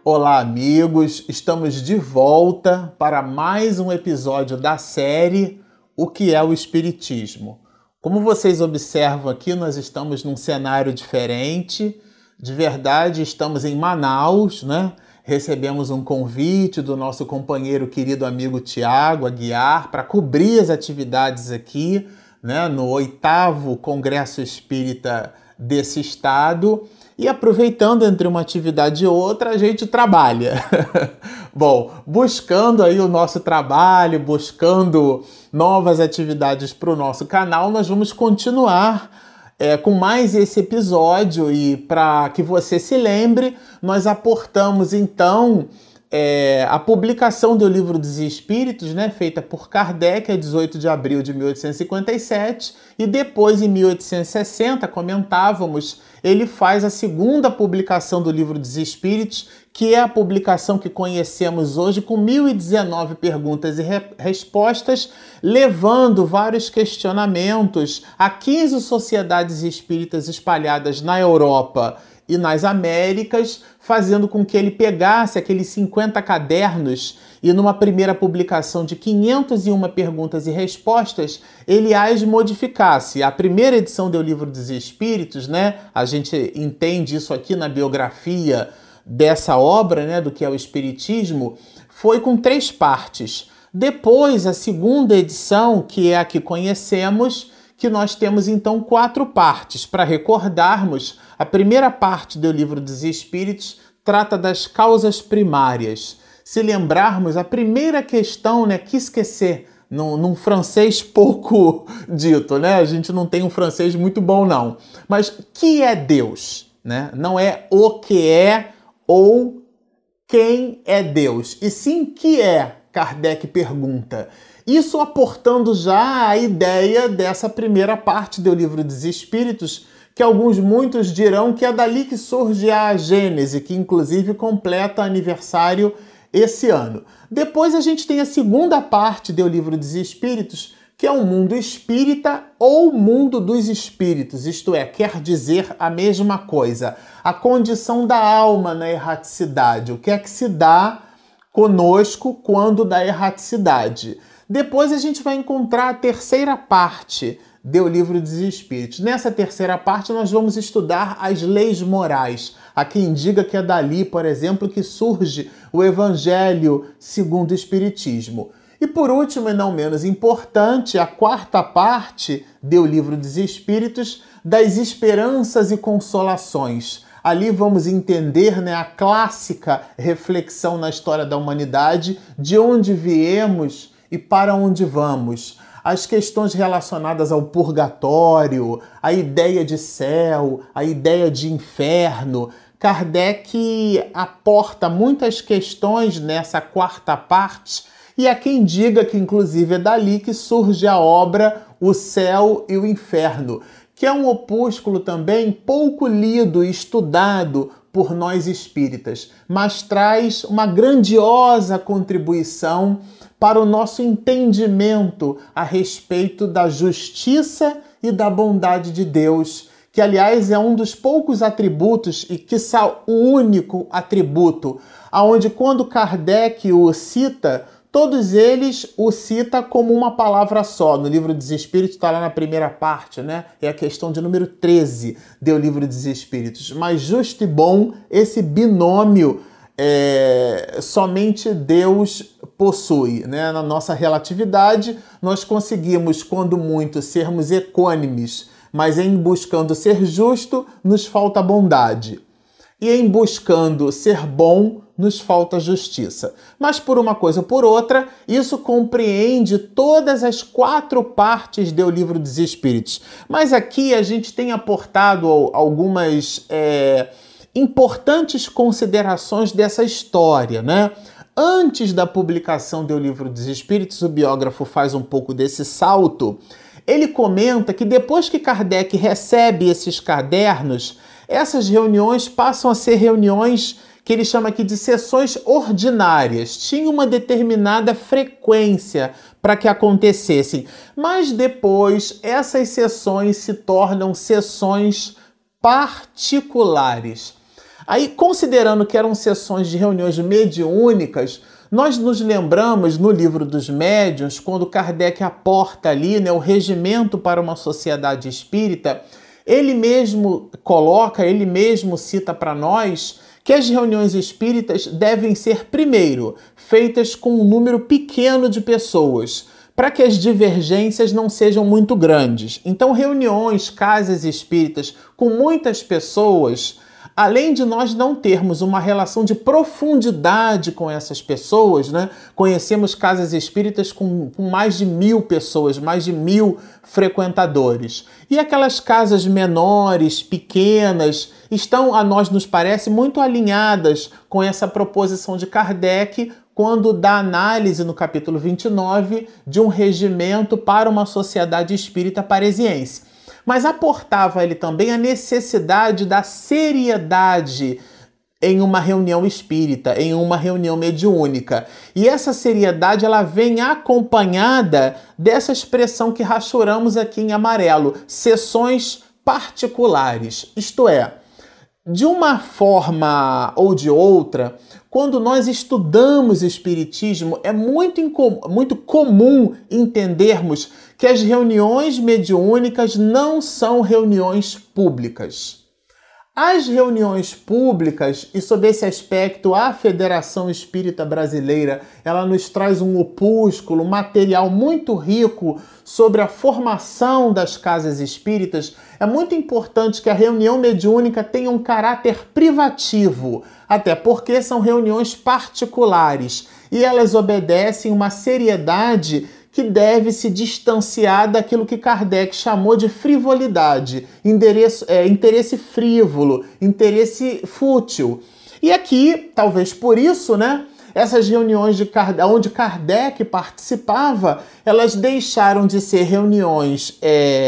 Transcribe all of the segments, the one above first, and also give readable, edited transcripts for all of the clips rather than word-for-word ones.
Olá, amigos! Estamos de volta para mais um episódio da série O que é o Espiritismo? Como vocês observam aqui, nós estamos num cenário diferente. De verdade, estamos em Manaus, né? Recebemos um convite do nosso companheiro querido amigo Tiago Aguiar para cobrir as atividades aqui, né? No 8º Congresso Espírita desse estado. E aproveitando entre uma atividade e outra, a gente trabalha. Bom, buscando aí o nosso trabalho, buscando novas atividades para o nosso canal, nós vamos continuar com mais esse episódio. E para que você se lembre, nós aportamos então a publicação do Livro dos Espíritos, né, feita por Kardec a 18 de abril de 1857, e depois em 1860, comentávamos, ele faz a segunda publicação do Livro dos Espíritos, que é a publicação que conhecemos hoje, com 1019 perguntas e respostas, levando vários questionamentos a 15 sociedades espíritas espalhadas na Europa e nas Américas, fazendo com que ele pegasse aqueles 50 cadernos e numa primeira publicação de 501 perguntas e respostas, ele as modificasse. A primeira edição do Livro dos Espíritos, né, a gente entende isso aqui na biografia dessa obra, né, do que é o Espiritismo, foi com 3 partes. Depois, a segunda edição, que é a que conhecemos, que nós temos então 4 partes. Para recordarmos, a primeira parte do Livro dos Espíritos trata das causas primárias. Se lembrarmos, a primeira questão, né, que esquecer, num francês pouco dito, né? A gente não tem um francês muito bom, não. Mas que é Deus? Né? Não é o que é ou quem é Deus, e sim que é, Kardec pergunta. Isso aportando já a ideia dessa primeira parte do Livro dos Espíritos, que muitos dirão que é dali que surge a Gênese, que inclusive completa aniversário esse ano. Depois a gente tem a segunda parte do Livro dos Espíritos, que é o mundo espírita ou mundo dos espíritos, isto é, quer dizer a mesma coisa. A condição da alma na erraticidade, o que é que se dá conosco quando dá erraticidade. Depois a gente vai encontrar a terceira parte do Livro dos Espíritos. Nessa terceira parte nós vamos estudar as leis morais. Há quem diga que é dali, por exemplo, que surge o Evangelho segundo o Espiritismo. E por último, e não menos importante, a quarta parte do Livro dos Espíritos, das esperanças e consolações. Ali vamos entender, né, a clássica reflexão na história da humanidade, de onde viemos e para onde vamos. As questões relacionadas ao purgatório, a ideia de céu, a ideia de inferno. Kardec aporta muitas questões nessa quarta parte, e há quem diga que inclusive é dali que surge a obra O Céu e o Inferno, que é um opúsculo também pouco lido e estudado por nós espíritas, mas traz uma grandiosa contribuição para o nosso entendimento a respeito da justiça e da bondade de Deus, que, aliás, é um dos poucos atributos, e quiçá o único atributo, aonde quando Kardec o cita, todos eles o cita como uma palavra só. No Livro dos Espíritos está lá na primeira parte, né? É a questão de número 13 do Livro dos Espíritos. Mas justo e bom, esse binômio somente Deus possui, né? Na nossa relatividade, nós conseguimos, quando muito, sermos equânimes, mas em buscando ser justo, nos falta bondade. E em buscando ser bom, nos falta justiça. Mas por uma coisa ou por outra, isso compreende todas as 4 partes do Livro dos Espíritos. Mas aqui a gente tem aportado algumas importantes considerações dessa história, né? Antes da publicação do Livro dos Espíritos, o biógrafo faz um pouco desse salto. Ele comenta que depois que Kardec recebe esses cadernos, essas reuniões passam a ser reuniões que ele chama aqui de sessões ordinárias. Tinha uma determinada frequência para que acontecessem, mas depois essas sessões se tornam sessões particulares. Aí, considerando que eram sessões de reuniões mediúnicas, nós nos lembramos no Livro dos Médiuns, quando Kardec aporta ali, né, o regimento para uma sociedade espírita, ele mesmo coloca, ele mesmo cita para nós que as reuniões espíritas devem ser, primeiro, feitas com um número pequeno de pessoas, para que as divergências não sejam muito grandes. Então, reuniões, casas espíritas com muitas pessoas, além de nós não termos uma relação de profundidade com essas pessoas, né? Conhecemos casas espíritas com mais de 1.000 pessoas, mais de 1.000 frequentadores. E aquelas casas menores, pequenas, estão, a nós nos parece, muito alinhadas com essa proposição de Kardec, quando dá análise no capítulo 29 de um regimento para uma sociedade espírita parisiense. Mas aportava ele também a necessidade da seriedade em uma reunião espírita, em uma reunião mediúnica. E essa seriedade ela vem acompanhada dessa expressão que rachuramos aqui em amarelo, sessões particulares. Isto é, de uma forma ou de outra, quando nós estudamos Espiritismo, é muito comum entendermos que as reuniões mediúnicas não são reuniões públicas. As reuniões públicas, e sob esse aspecto, a Federação Espírita Brasileira, ela nos traz um opúsculo, um material muito rico sobre a formação das casas espíritas. É muito importante que a reunião mediúnica tenha um caráter privativo, até porque são reuniões particulares e elas obedecem uma seriedade que deve se distanciar daquilo que Kardec chamou de frivolidade, interesse frívolo, interesse fútil. E aqui, talvez por isso, né, essas reuniões onde Kardec participava, elas deixaram de ser reuniões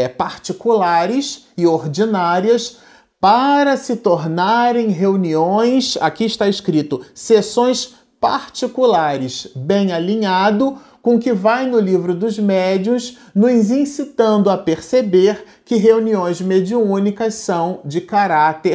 particulares e ordinárias para se tornarem reuniões, aqui está escrito, sessões particulares, bem alinhado com o que vai no Livro dos Médiuns, nos incitando a perceber que reuniões mediúnicas são de caráter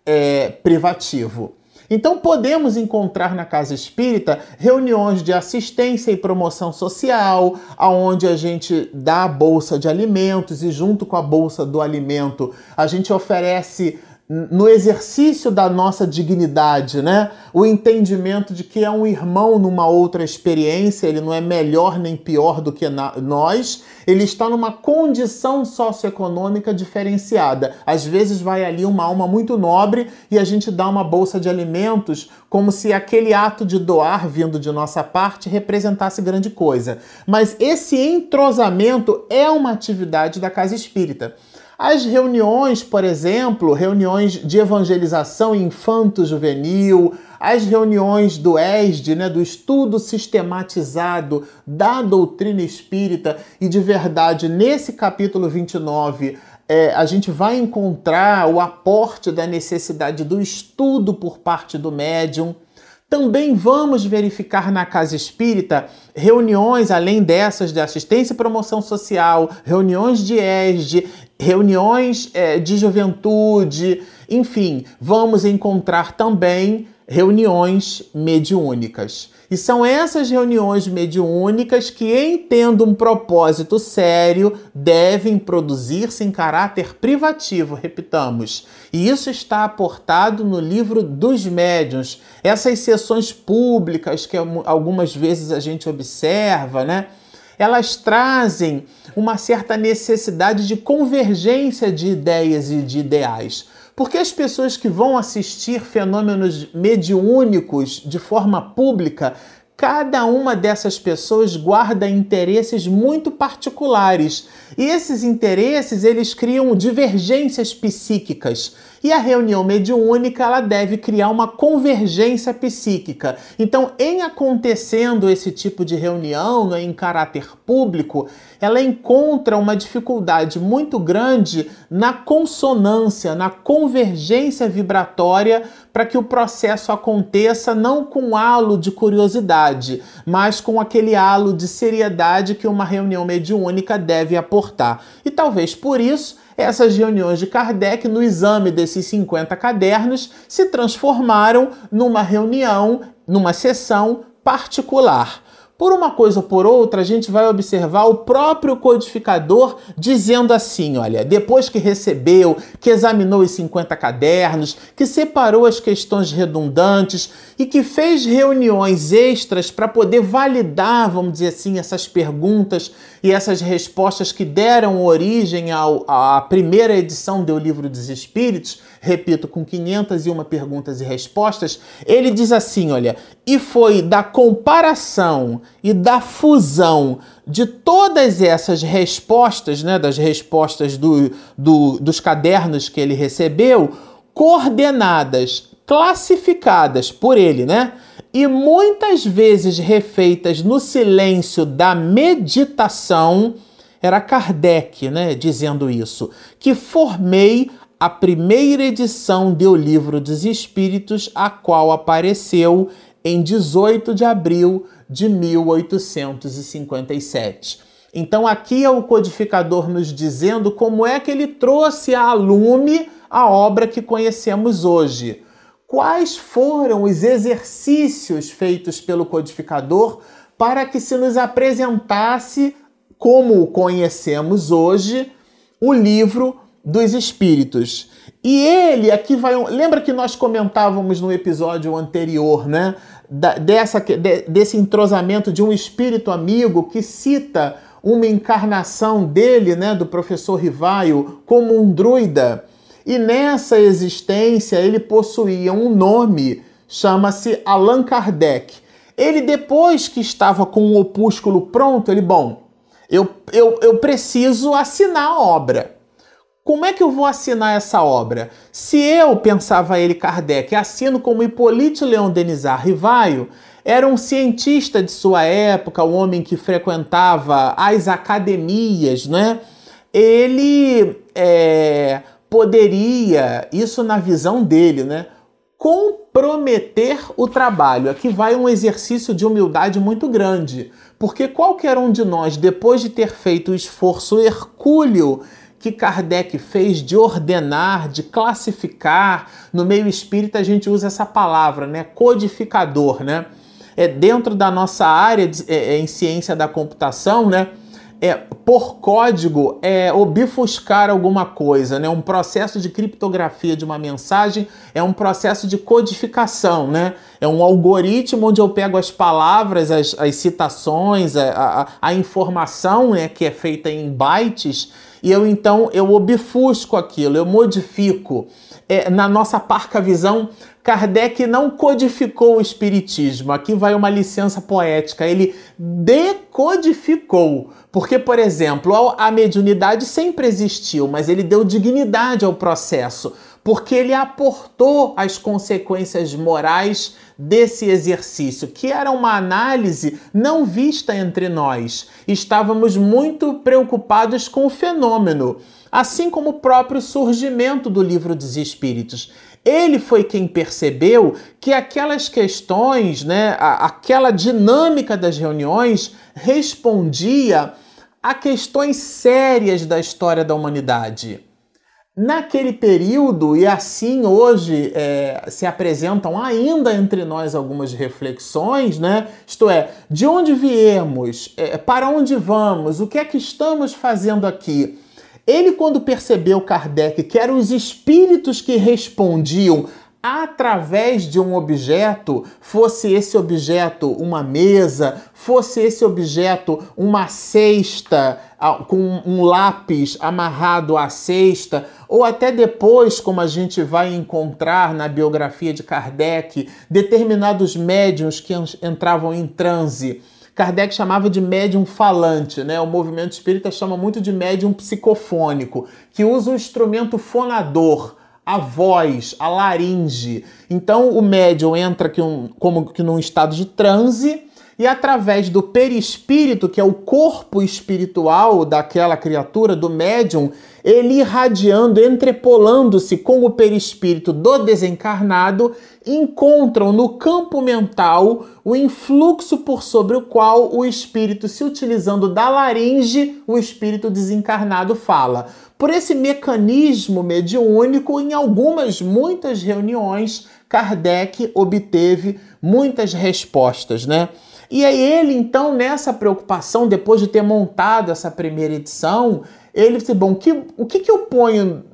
privativo. Então podemos encontrar na casa espírita reuniões de assistência e promoção social, onde a gente dá a bolsa de alimentos e junto com a bolsa do alimento a gente oferece, no exercício da nossa dignidade, né, o entendimento de que é um irmão numa outra experiência, ele não é melhor nem pior do que nós, ele está numa condição socioeconômica diferenciada. Às vezes vai ali uma alma muito nobre e a gente dá uma bolsa de alimentos como se aquele ato de doar vindo de nossa parte representasse grande coisa. Mas esse entrosamento é uma atividade da casa espírita. As reuniões, por exemplo, reuniões de evangelização infanto-juvenil, as reuniões do ESD, né, do estudo sistematizado da doutrina espírita, e de verdade, nesse capítulo 29, a gente vai encontrar o aporte da necessidade do estudo por parte do médium. Também vamos verificar na casa espírita reuniões, além dessas de assistência e promoção social, reuniões de ESD, reuniões de juventude, enfim, vamos encontrar também reuniões mediúnicas. E são essas reuniões mediúnicas que, em tendo um propósito sério, devem produzir-se em caráter privativo, repitamos. E isso está aportado no Livro dos Médiuns. Essas sessões públicas que algumas vezes a gente observa, né? Elas trazem uma certa necessidade de convergência de ideias e de ideais. Porque as pessoas que vão assistir fenômenos mediúnicos de forma pública, cada uma dessas pessoas guarda interesses muito particulares. E esses interesses, eles criam divergências psíquicas. E a reunião mediúnica, ela deve criar uma convergência psíquica. Então, em acontecendo esse tipo de reunião, né, em caráter público, ela encontra uma dificuldade muito grande na consonância, na convergência vibratória, para que o processo aconteça não com halo de curiosidade, mas com aquele halo de seriedade que uma reunião mediúnica deve aportar. E talvez por isso essas reuniões de Kardec, no exame desses 50 cadernos, se transformaram numa reunião, numa sessão particular. Por uma coisa ou por outra, a gente vai observar o próprio codificador dizendo assim, olha, depois que recebeu, que examinou os 50 cadernos, que separou as questões redundantes e que fez reuniões extras para poder validar, vamos dizer assim, essas perguntas e essas respostas que deram origem à primeira edição do Livro dos Espíritos, repito, com 501 perguntas e respostas, ele diz assim, olha, e foi da comparação e da fusão de todas essas respostas, né, das respostas dos cadernos que ele recebeu, coordenadas, classificadas por ele, né, e muitas vezes refeitas no silêncio da meditação, era Kardec, né, dizendo isso, que formei a primeira edição do Livro dos Espíritos, a qual apareceu em 18 de abril de 1857. Então aqui é o codificador nos dizendo como é que ele trouxe a lume a obra que conhecemos hoje. Quais foram os exercícios feitos pelo codificador para que se nos apresentasse, como o conhecemos hoje, o livro dos Espíritos. E ele aqui vai... Lembra que nós comentávamos no episódio anterior, né? Desse entrosamento de um espírito amigo que cita uma encarnação dele, né? Do professor Rivaio, como um druida. E nessa existência ele possuía um nome, chama-se Allan Kardec. Ele, depois que estava com o opúsculo pronto, ele, eu preciso assinar a obra. Como é que eu vou assinar essa obra? Se eu, pensava ele, Kardec, assino como Hippolyte Léon Denisard Rivaio, era um cientista de sua época, um homem que frequentava as academias, né? Ele poderia, isso na visão dele, né, comprometer o trabalho. Aqui vai um exercício de humildade muito grande, porque qualquer um de nós, depois de ter feito o esforço hercúleo que Kardec fez de ordenar, de classificar, no meio espírita a gente usa essa palavra, né, codificador, né, dentro da nossa área em ciência da computação, né, por código, obfuscar alguma coisa, né? Um processo de criptografia de uma mensagem é um processo de codificação, né? É um algoritmo onde eu pego as palavras, as citações, a informação, né, que é feita em bytes, e eu obfusco aquilo, eu modifico. Na nossa parca visão, Kardec não codificou o espiritismo. Aqui vai uma licença poética. Ele decodificou. Porque, por exemplo, a mediunidade sempre existiu, mas ele deu dignidade ao processo, porque ele aportou as consequências morais desse exercício, que era uma análise não vista entre nós. Estávamos muito preocupados com o fenômeno, assim como o próprio surgimento do Livro dos Espíritos. Ele foi quem percebeu que aquelas questões, né, aquela dinâmica das reuniões respondia a questões sérias da história da humanidade. Naquele período, e assim hoje se apresentam ainda entre nós algumas reflexões, né? Isto é, de onde viemos, para onde vamos, o que é que estamos fazendo aqui? Ele, quando percebeu, Kardec, que eram os espíritos que respondiam através de um objeto, fosse esse objeto uma mesa, fosse esse objeto uma cesta com um lápis amarrado à cesta, ou até depois, como a gente vai encontrar na biografia de Kardec, determinados médiuns que entravam em transe. Kardec chamava de médium falante, né? O movimento espírita chama muito de médium psicofônico, que usa o instrumento fonador, a voz, a laringe. Então o médium entra como que num estado de transe, e através do perispírito, que é o corpo espiritual daquela criatura, do médium, ele irradiando, entrepolando-se com o perispírito do desencarnado, encontram no campo mental o influxo por sobre o qual o espírito, se utilizando da laringe, o espírito desencarnado fala. Por esse mecanismo mediúnico, em muitas reuniões, Kardec obteve muitas respostas, né? E aí ele, então, nessa preocupação, depois de ter montado essa primeira edição, ele disse, bom, o que eu ponho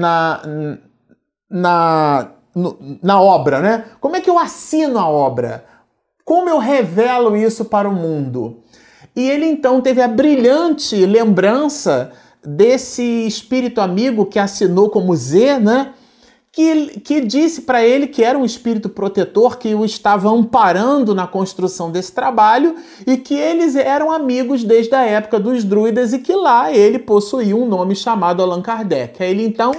na obra, né? Como é que eu assino a obra? Como eu revelo isso para o mundo? E ele, então, teve a brilhante lembrança desse espírito amigo que assinou como Z, né? Que disse para ele que era um espírito protetor que o estava amparando na construção desse trabalho e que eles eram amigos desde a época dos druidas e que lá ele possuía um nome chamado Allan Kardec. Aí ele então,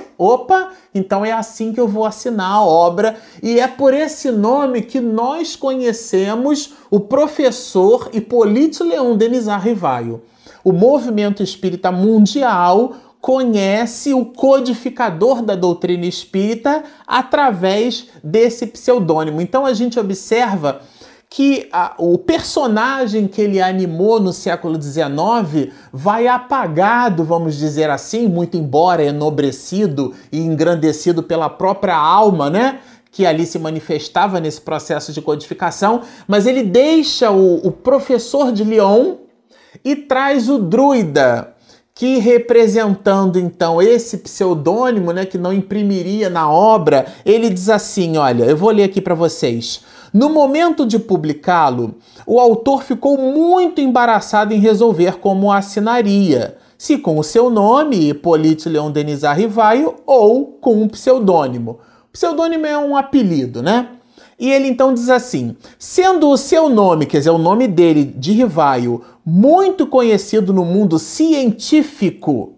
então é assim que eu vou assinar a obra, e é por esse nome que nós conhecemos o professor Hippolyte Léon Denis Rivaio. O movimento espírita mundial conhece o codificador da doutrina espírita através desse pseudônimo. Então a gente observa que o personagem que ele animou no século XIX vai apagado, vamos dizer assim, muito embora enobrecido e engrandecido pela própria alma, né? Que ali se manifestava nesse processo de codificação, mas ele deixa o professor de Lyon e traz o druida, que representando então esse pseudônimo, né, que não imprimiria na obra, ele diz assim, olha, eu vou ler aqui para vocês. No momento de publicá-lo, o autor ficou muito embaraçado em resolver como assinaria, se com o seu nome, Hippolyte Léon Denis Rivaio, ou com um pseudônimo. Pseudônimo é um apelido, né? E ele então diz assim, sendo o seu nome, quer dizer, o nome dele, de Rivaio, muito conhecido no mundo científico,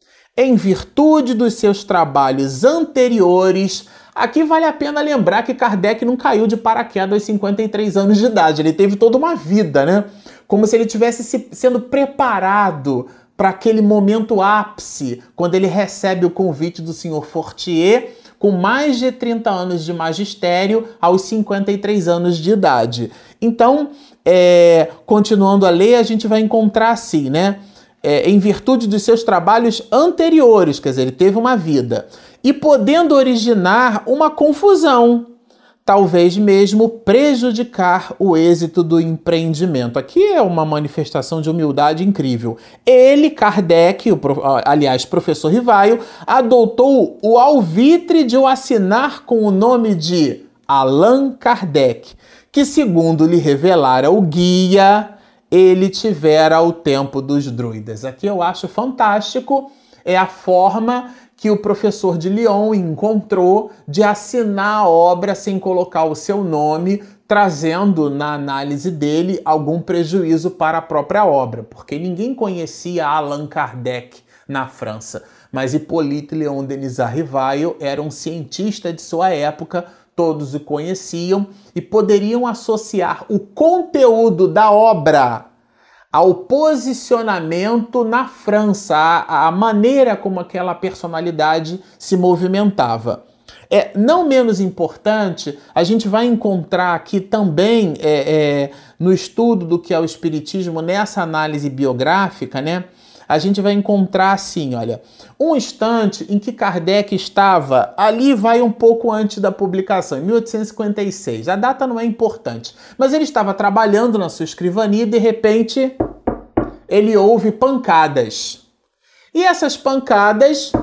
em virtude dos seus trabalhos anteriores, aqui vale a pena lembrar que Kardec não caiu de paraquedas aos 53 anos de idade, ele teve toda uma vida, né? Como se ele estivesse sendo preparado para aquele momento ápice, quando ele recebe o convite do Sr. Fortier, com mais de 30 anos de magistério, aos 53 anos de idade. Então, continuando a ler, a gente vai encontrar assim, né? Em virtude dos seus trabalhos anteriores, quer dizer, ele teve uma vida, e podendo originar uma confusão, talvez mesmo prejudicar o êxito do empreendimento. Aqui é uma manifestação de humildade incrível. Ele, Kardec, professor Rivaio, adotou o alvitre de o assinar com o nome de Allan Kardec, que, segundo lhe revelara o guia, ele tivera ao tempo dos druidas. Aqui eu acho fantástico, é a forma que o professor de Lyon encontrou de assinar a obra sem colocar o seu nome, trazendo na análise dele algum prejuízo para a própria obra, porque ninguém conhecia Allan Kardec na França, mas Hippolyte Léon Denis Rivaio era um cientista de sua época, todos o conheciam e poderiam associar o conteúdo da obra ao posicionamento na França, a maneira como aquela personalidade se movimentava. Não menos importante, a gente vai encontrar aqui também, no estudo do que é o Espiritismo, nessa análise biográfica, né? A gente vai encontrar assim, olha, um instante em que Kardec estava, ali vai um pouco antes da publicação, em 1856. A data não é importante, mas ele estava trabalhando na sua escrivania e de repente ele ouve pancadas. E essas pancadas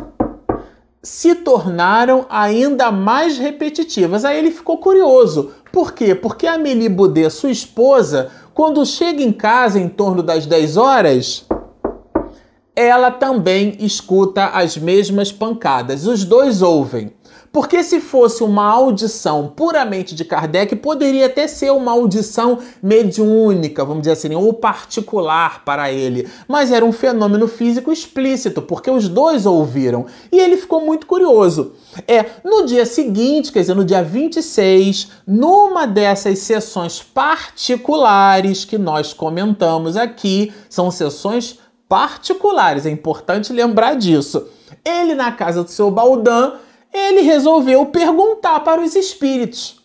se tornaram ainda mais repetitivas. Aí ele ficou curioso. Por quê? Porque a Amélie Boudet, sua esposa, quando chega em casa em torno das 10 horas... ela também escuta as mesmas pancadas. Os dois ouvem. Porque se fosse uma audição puramente de Kardec, poderia até ser uma audição mediúnica, vamos dizer assim, ou particular para ele. Mas era um fenômeno físico explícito, porque os dois ouviram. E ele ficou muito curioso. No dia seguinte, quer dizer, no dia 26, numa dessas sessões particulares que nós comentamos aqui, são sessões particulares, é importante lembrar disso. Ele, na casa do seu Baldin, ele resolveu perguntar para os espíritos.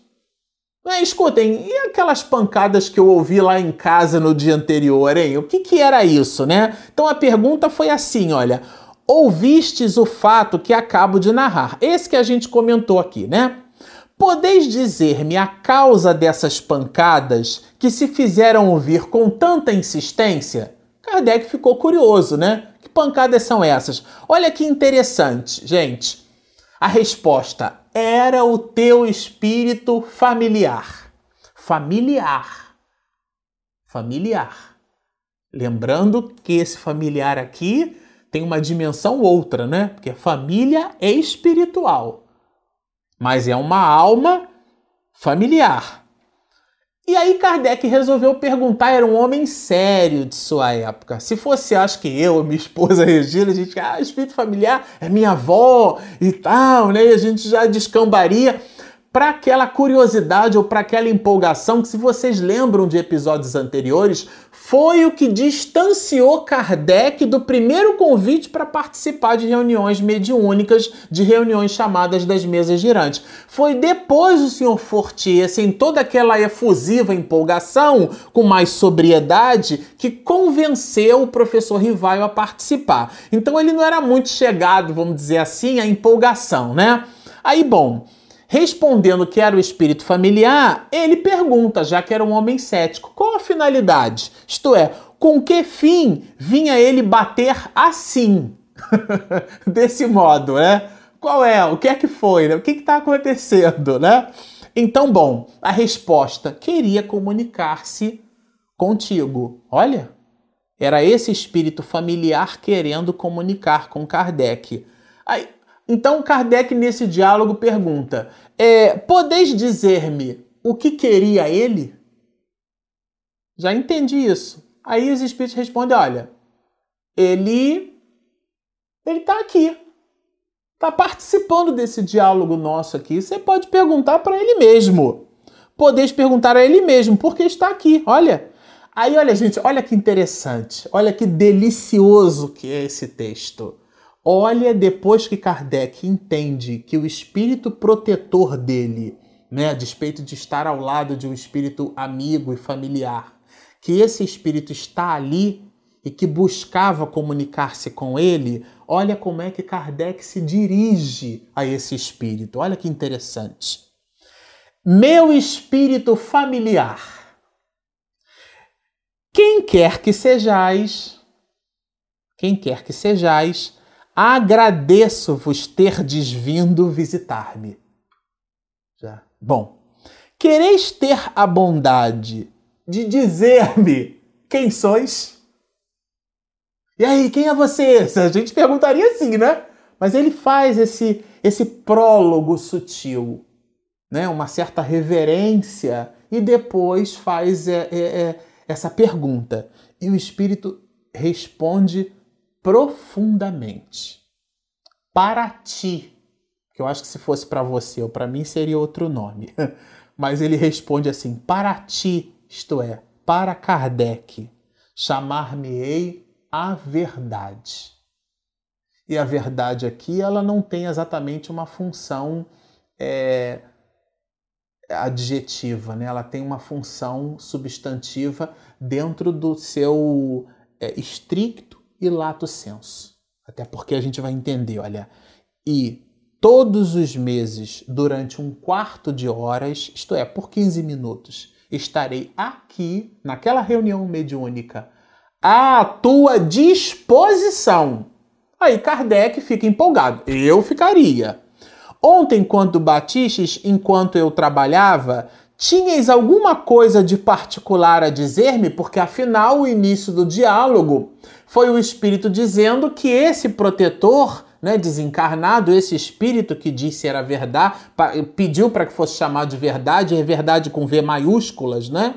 Escutem, e aquelas pancadas que eu ouvi lá em casa no dia anterior, hein? O que era isso, né? Então a pergunta foi assim, olha: ouvistes o fato que acabo de narrar? Esse que a gente comentou aqui, né? Podeis dizer-me a causa dessas pancadas que se fizeram ouvir com tanta insistência? Kardec ficou curioso, né? Que pancadas são essas? Olha que interessante, gente. A resposta: era o teu espírito familiar. Familiar. Familiar. Lembrando que esse familiar aqui tem uma dimensão outra, né? Porque família é espiritual, mas é uma alma familiar. E aí Kardec resolveu perguntar, era um homem sério de sua época. Se fosse, acho que eu, minha esposa Regina, a gente, espírito familiar é minha avó e tal, né? E a gente já descambaria para aquela curiosidade ou para aquela empolgação que, se vocês lembram de episódios anteriores, foi o que distanciou Kardec do primeiro convite para participar de reuniões mediúnicas, de reuniões chamadas das mesas girantes. Foi depois o Sr. Fortier, sem toda aquela efusiva empolgação, com mais sobriedade, que convenceu o professor Rivaio a participar. Então ele não era muito chegado, vamos dizer assim, à empolgação, né? Aí, bom, respondendo que era o espírito familiar, ele pergunta, já que era um homem cético, qual a finalidade? Isto é, com que fim vinha ele bater assim? Desse modo, né? Qual é? O que é que foi? Né? O que está acontecendo, né? Então, bom, a resposta: queria comunicar-se contigo. Olha, era esse espírito familiar querendo comunicar com Kardec. Então Kardec, nesse diálogo, pergunta: podeis dizer-me o que queria ele? Já entendi isso. Aí os espíritos respondem: olha, ele está aqui. Está participando desse diálogo nosso aqui. Você pode perguntar para ele mesmo. Podeis perguntar a ele mesmo, porque está aqui, olha. Aí, olha, gente, olha que interessante. Olha que delicioso que é esse texto. Olha, depois que Kardec entende que o espírito protetor dele, né, a despeito de estar ao lado de um espírito amigo e familiar, que esse espírito está ali e que buscava comunicar-se com ele, olha como é que Kardec se dirige a esse espírito. Olha que interessante. Meu espírito familiar, quem quer que sejais, agradeço-vos terdes vindo visitar-me. Já. Bom, quereis ter a bondade de dizer-me quem sois? E aí, quem é você? A gente perguntaria assim, né? Mas ele faz esse prólogo sutil, né? Uma certa reverência, e depois faz essa pergunta. E o espírito responde profundamente: para ti, que eu acho que se fosse para você ou para mim seria outro nome, mas ele responde assim: para ti, isto é, para Kardec, chamar-me-ei a verdade. E a verdade aqui, ela não tem exatamente uma função adjetiva, né? Ela tem uma função substantiva dentro do seu estricto e lato sensu. Até porque a gente vai entender, olha, e todos os meses, durante 1/4 de horas, isto é, por 15 minutos, estarei aqui, naquela reunião mediúnica, à tua disposição. Aí Kardec fica empolgado. Eu ficaria. Ontem, quando batistes, enquanto eu trabalhava, tinhas alguma coisa de particular a dizer-me? Porque, afinal, o início do diálogo foi o espírito dizendo que esse protetor né, desencarnado, esse espírito que disse era verdade, pediu para que fosse chamado de verdade, é verdade com V maiúsculas, né?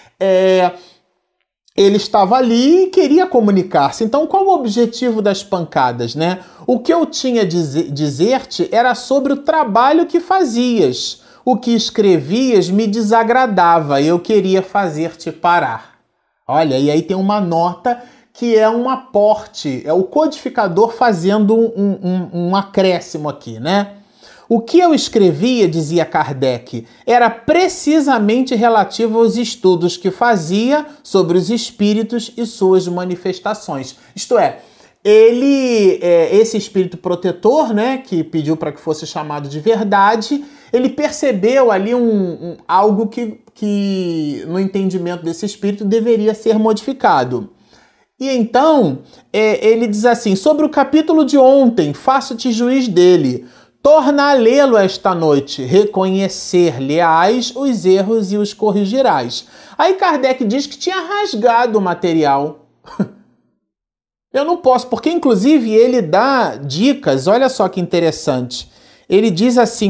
Ele estava ali e queria comunicar-se. Então, qual o objetivo das pancadas, né? O que eu tinha a dizer-te era sobre o trabalho que fazias. O que escrevias me desagradava, eu queria fazer-te parar. Olha, e aí tem uma nota que é um aporte, é o codificador fazendo um acréscimo aqui, né? O que eu escrevia, dizia Kardec, era precisamente relativo aos estudos que fazia sobre os espíritos e suas manifestações. Isto é, esse espírito protetor, né, que pediu para que fosse chamado de verdade, ele percebeu ali algo que no entendimento desse espírito deveria ser modificado. E então, ele diz assim, sobre o capítulo de ontem, faço-te juiz dele. Torna a lê-lo esta noite, reconhecer-lhe-ás os erros e os corrigirás. Aí Kardec diz que tinha rasgado o material. Eu não posso, porque inclusive ele dá dicas, olha só que interessante. Ele diz assim,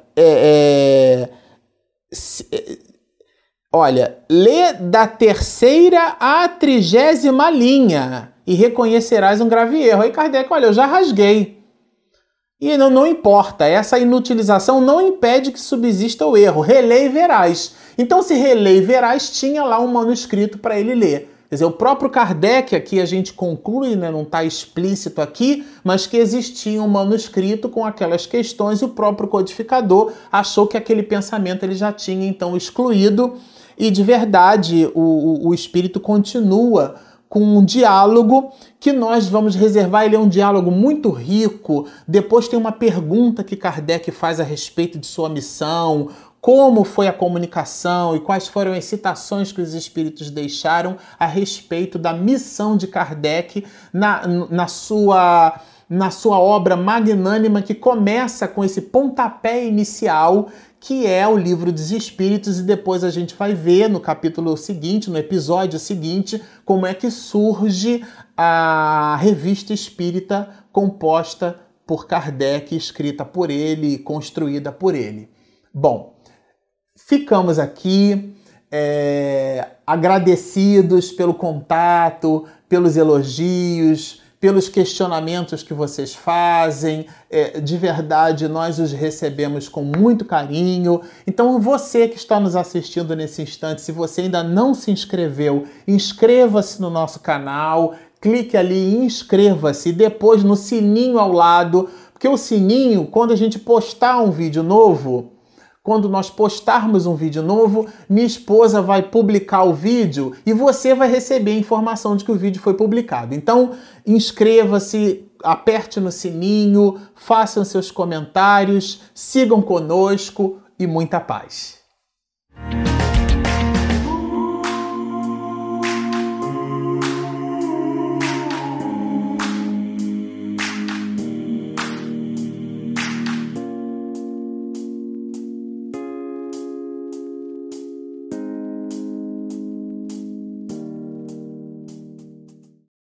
olha, lê da 3ª à 30ª linha e reconhecerás um grave erro. Aí Kardec, olha, eu já rasguei. E não importa, essa inutilização não impede que subsista o erro. Relê e verás. Então, se relê e verás, tinha lá um manuscrito para ele ler. Quer dizer, o próprio Kardec, aqui a gente conclui, né, não está explícito aqui, mas que existia um manuscrito com aquelas questões e o próprio codificador achou que aquele pensamento ele já tinha então excluído. E de verdade, o espírito continua com um diálogo que nós vamos reservar. Ele é um diálogo muito rico. Depois tem uma pergunta que Kardec faz a respeito de sua missão, como foi a comunicação e quais foram as citações que os espíritos deixaram a respeito da missão de Kardec na sua obra magnânima, que começa com esse pontapé inicial, que é o Livro dos Espíritos, e depois a gente vai ver no capítulo seguinte, no episódio seguinte, como é que surge a Revista Espírita composta por Kardec, escrita por ele e construída por ele. Bom, ficamos aqui agradecidos pelo contato, pelos elogios, pelos questionamentos que vocês fazem. De verdade, nós os recebemos com muito carinho. Então, você que está nos assistindo nesse instante, se você ainda não se inscreveu, inscreva-se no nosso canal, clique ali e inscreva-se, depois no sininho ao lado, porque o sininho, quando a gente postar um vídeo novo, quando nós postarmos um vídeo novo, minha esposa vai publicar o vídeo e você vai receber a informação de que o vídeo foi publicado. Então, inscreva-se, aperte no sininho, façam seus comentários, sigam conosco e muita paz.